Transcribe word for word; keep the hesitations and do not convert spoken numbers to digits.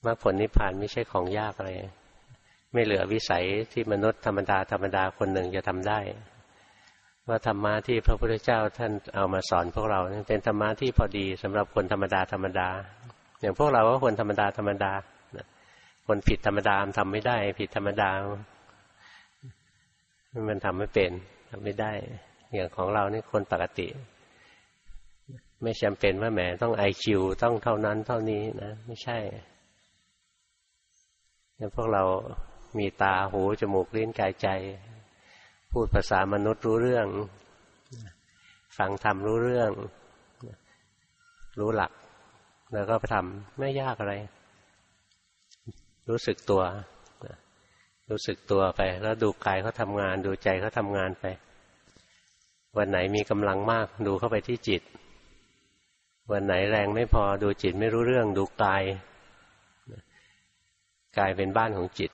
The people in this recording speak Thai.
มรรคผลนิพพานไม่ใช่ของยากอะไรไม่เหลือวิสัยที่มนุษย์ธรรมดาธรรมดาคนหนึ่งจะทำได้ว่าธรรมะที่พระพุทธเจ้าท่านเอามาสอนพวกเราเป็นธรรมะที่พอดีสำหรับคนธรรมดาธรรมดาอย่างพวกเราก็คนธรรมดาธรรมดาคนผิดธรรมดาทำไม่ได้ผิดธรรมดามันทำไม่เป็นทำไม่ได้อย่างของเรานี่คนปกติไม่จำเป็นว่าแหมต้อง ไอ คิว ต้องเท่านั้นเท่านี้นะไม่ใช่เนี่ยพวกเรามีตาหูจมูกลิ้นกายใจพูดภาษามนุษย์รู้เรื่องฟังธรรมรู้เรื่องรู้หลักแล้วก็ไปทำไม่ยากอะไรรู้สึกตัวรู้สึกตัวไปแล้วดูกายเขาทำงานดูใจเขาทำงานไปวันไหนมีกำลังมากดูเข้าไปที่จิตวันไหนแรงไม่พอดูจิตไม่รู้เรื่องดูกายกายเป็นบ้านของจิต